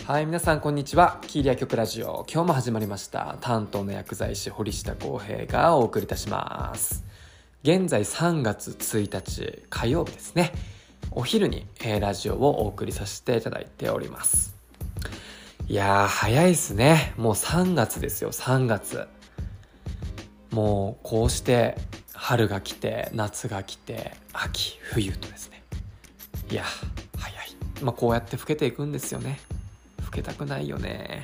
はい、皆さんこんにちは。キーリア局ラジオ、今日も始まりました。担当の薬剤師堀下康平がお送りいたします。現在3月1日火曜日ですね。お昼に、ラジオをお送りさせていただいております。いやー早いですね。もう3月ですよ。3月。もうこうして春が来て夏が来て秋冬とですね。いや早い。こうやって老けていくんですよね。老けたくないよね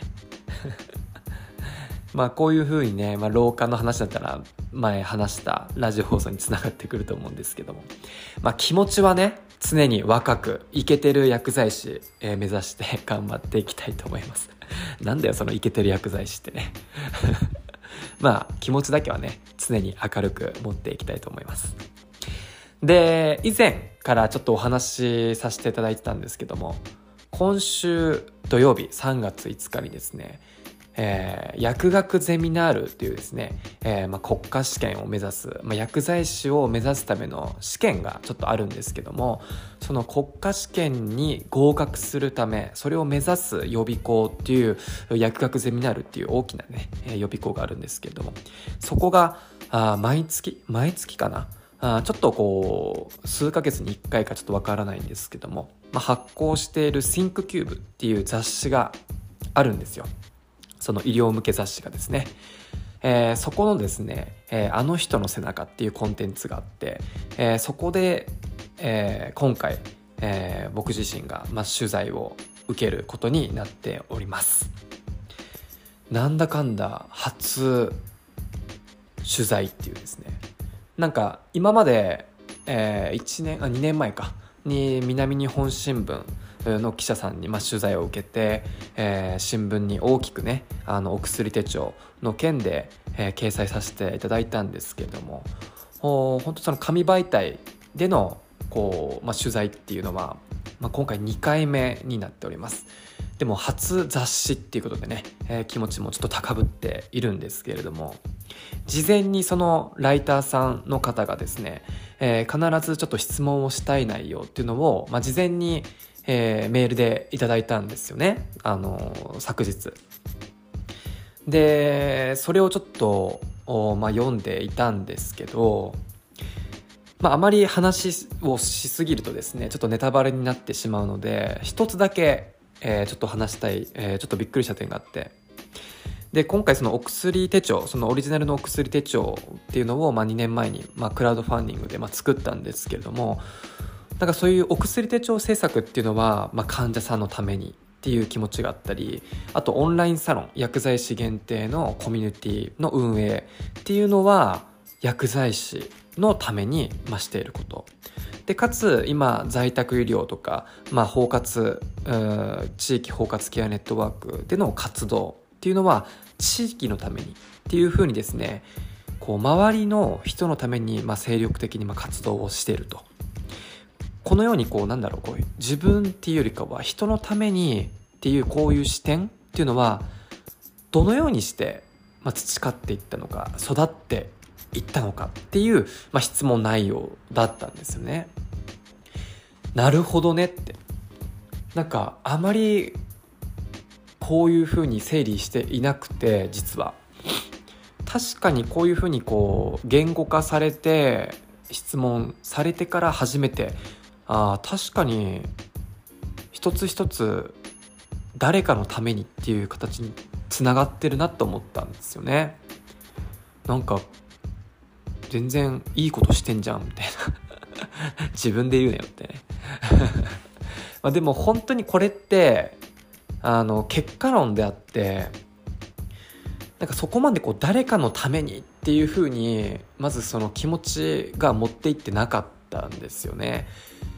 こういう風にね、老化の話だったら前話したラジオ放送につながってくると思うんですけども、気持ちはね常に若くイケてる薬剤師、目指して頑張っていきたいと思いますなんだよそのイケてる薬剤師ってね気持ちだけはね常に明るく持っていきたいと思います。で、以前からちょっとお話しさせていただいてたんですけども、今週土曜日3月5日にですね、薬学ゼミナールっていうですね、国家試験を目指す、薬剤師を目指すための試験がちょっとあるんですけども、その国家試験に合格するため、それを目指す予備校っていう薬学ゼミナールっていう大きなね、予備校があるんですけれども、そこが毎月かな、ちょっとこう数ヶ月に1回かちょっとわからないんですけども、発行している ThinkCube っていう雑誌があるんですよ。その医療向け雑誌がですね、そこのですね、あの人の背中っていうコンテンツがあって、そこで、今回、僕自身が、取材を受けることになっております。なんだかんだ初取材っていうですね、今まで、2年前かに南日本新聞の記者さんに取材を受けて、新聞に大きくねお薬手帳の件で、掲載させていただいたんですけれども、本当その紙媒体での取材っていうのは、今回2回目になっております。でも初雑誌っていうことでね、気持ちもちょっと高ぶっているんですけれども、事前にそのライターさんの方がですね、必ずちょっと質問をしたい内容っていうのを、事前に、メールでいただいたんですよね、昨日で。それをちょっと、読んでいたんですけど、あまり話をしすぎるとですねちょっとネタバレになってしまうので、一つだけ、ちょっと話したい、ちょっとびっくりした点があって、で今回そのお薬手帳、そのオリジナルのお薬手帳っていうのを2年前にクラウドファンディングで作ったんですけれども、そういうお薬手帳制作っていうのは、患者さんのためにっていう気持ちがあったり、あとオンラインサロン薬剤師限定のコミュニティの運営っていうのは薬剤師のためにしていることで、かつ今在宅医療とか、包括地域包括ケアネットワークでの活動っていうのは地域のためにっていう風にですね、周りの人のために精力的に活動をしていると。このように自分っていうよりかは人のためにっていうこういう視点っていうのはどのようにして培っていったのか、育っていったのかっていう、質問内容だったんですよね。なるほどねって、あまりこういうふうに整理していなくて、実は確かにこういうふうに言語化されて質問されてから初めて、確かに一つ一つ誰かのためにっていう形につながってるなと思ったんですよね。全然いいことしてんじゃんみたいな自分で言うなよってねでも本当にこれって結果論であって、そこまで誰かのためにっていう風にまずその気持ちが持っていってなかったんですよね。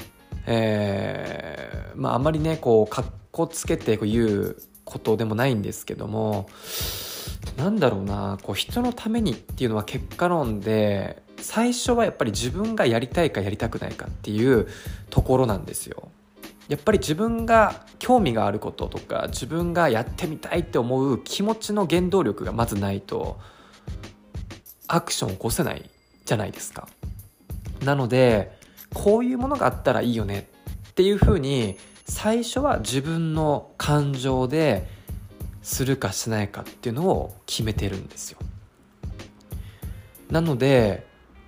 あまりねかっこつけて言うことでもないんですけども、人のためにっていうのは結果論で、最初はやっぱり自分がやりたいかやりたくないかっていうところなんですよ。やっぱり自分が興味があることとか自分がやってみたいって思う気持ちの原動力がまずないとアクションを起こせないじゃないですか。なのでこういうものがあったらいいよねっていうふうに最初は自分の感情でするかしないかっていうのを決めてるんですよ。なので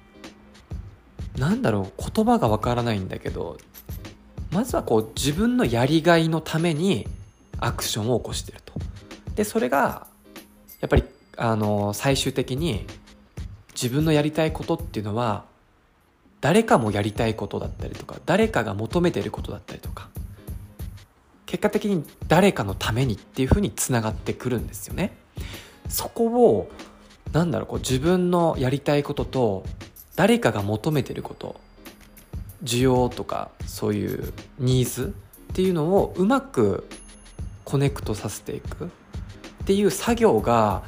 言葉がわからないんだけど、まずは自分のやりがいのためにアクションを起こしていると。でそれがやっぱり最終的に自分のやりたいことっていうのは誰かもやりたいことだったりとか、誰かが求めていることだったりとか、結果的に誰かのためにっていうふうにつながってくるんですよね。そこを自分のやりたいことと誰かが求めていること、需要とかそういうニーズっていうのをうまくコネクトさせていくっていう作業が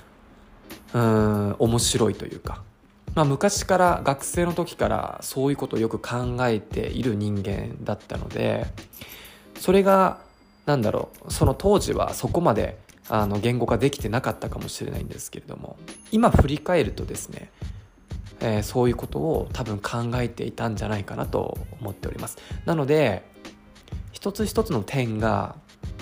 面白いというか、昔から学生の時からそういうことをよく考えている人間だったので、それがその当時はそこまで言語化できてなかったかもしれないんですけれども、今振り返るとですね、そういうことを多分考えていたんじゃないかなと思っております。なので一つ一つの点が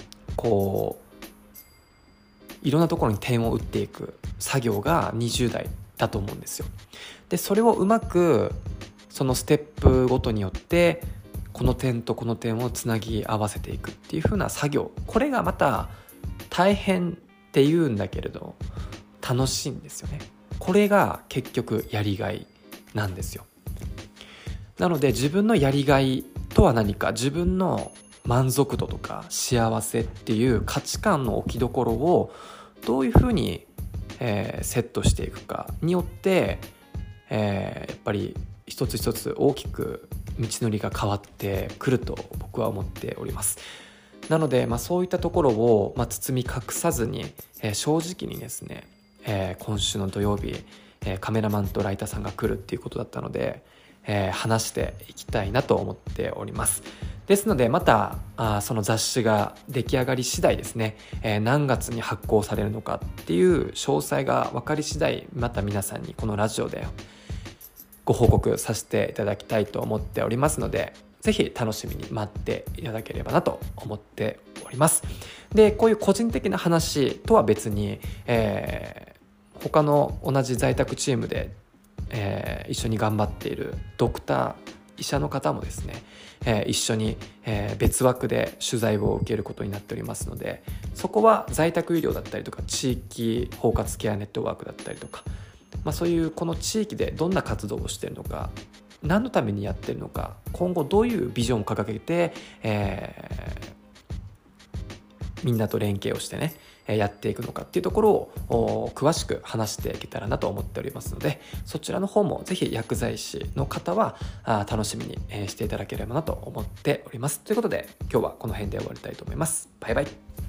いろんなところに点を打っていく作業が20代だと思うんですよ。でそれをうまくそのステップごとによってこの点とこの点をつなぎ合わせていくっていう風な作業、これがまた大変っていうんだけれど楽しいんですよね。これが結局やりがいなんですよ。なので自分のやりがいとは何か、自分の満足度とか幸せっていう価値観の置きどころをどういうふうに、セットしていくかによって、やっぱり一つ一つ大きく道のりが変わってくると僕は思っております。なので、そういったところを、包み隠さずに、正直にですね、今週の土曜日、カメラマンとライターさんが来るっていうことだったので、話していきたいなと思っております。ですのでまたその雑誌が出来上がり次第ですね、何月に発行されるのかっていう詳細が分かり次第、また皆さんにこのラジオでご報告させていただきたいと思っておりますので、ぜひ楽しみに待っていただければなと思っております。でこういう個人的な話とは別に、他の同じ在宅チームで、一緒に頑張っているドクター医者の方もですね、一緒に、別枠で取材を受けることになっておりますので、そこは在宅医療だったりとか地域包括ケアネットワークだったりとか、そういうこの地域でどんな活動をしているのか、何のためにやっているのか、今後どういうビジョンを掲げて、みんなと連携をしてねやっていくのかっていうところを詳しく話していけたらなと思っておりますので、そちらの方もぜひ薬剤師の方は楽しみにしていただければなと思っております。ということで今日はこの辺で終わりたいと思います。バイバイ。